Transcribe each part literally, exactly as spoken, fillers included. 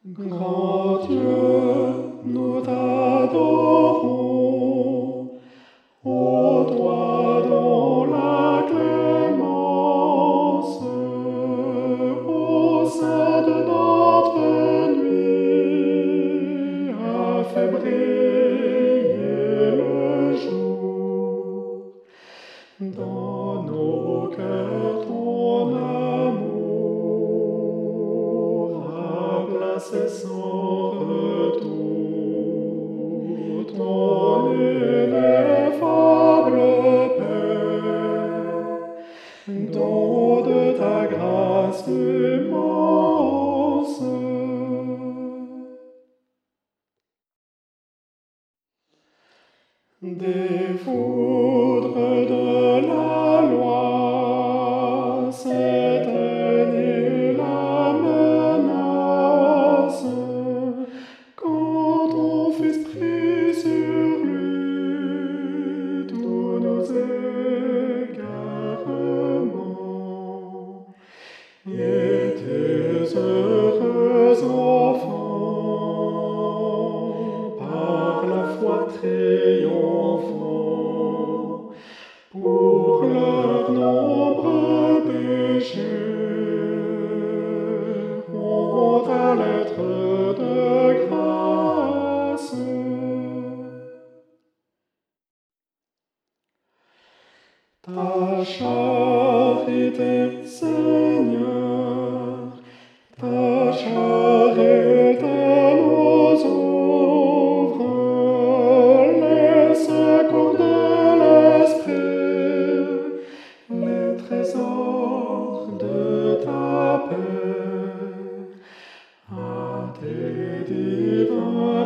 Grand Dieu, nous t'adorons, ô toi dont la clémence, au sein de notre nuit, a fait briller le jour. Dans nos cœurs ton amour a placé sans retour, ton ineffable paix, don de ta grâce immense. Des foudres de la loi s'éteignit la menace quand ton Fils prit sur lui tous nos égarements. Et tes heureux enfants, par la foi triomphant, pour leurs nombreux péchés, ont ta lettre de grâce. Ta charité, Seigneur, ta charité nous ouvre les secours de l'Esprit, les trésors de ta paix. À tes divins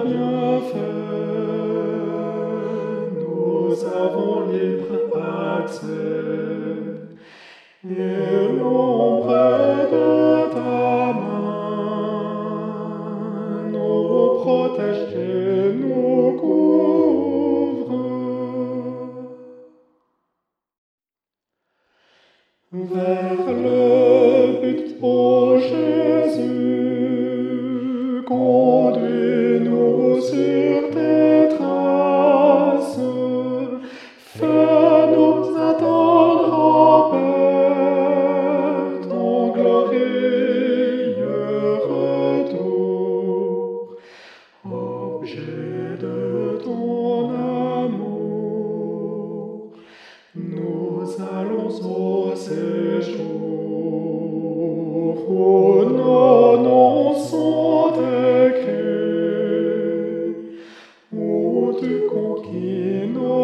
bienfaits, nous avons libre accès, et l'ombre de ta main nous protège et nous couvre. Vers le but, ô Jésus, conduis-nous sur tes traces, fais-nous attendre en paix ton glorieux retour, objet de ton amour. Nous allons au séjour où nos noms sont écrits, où tu conquis nos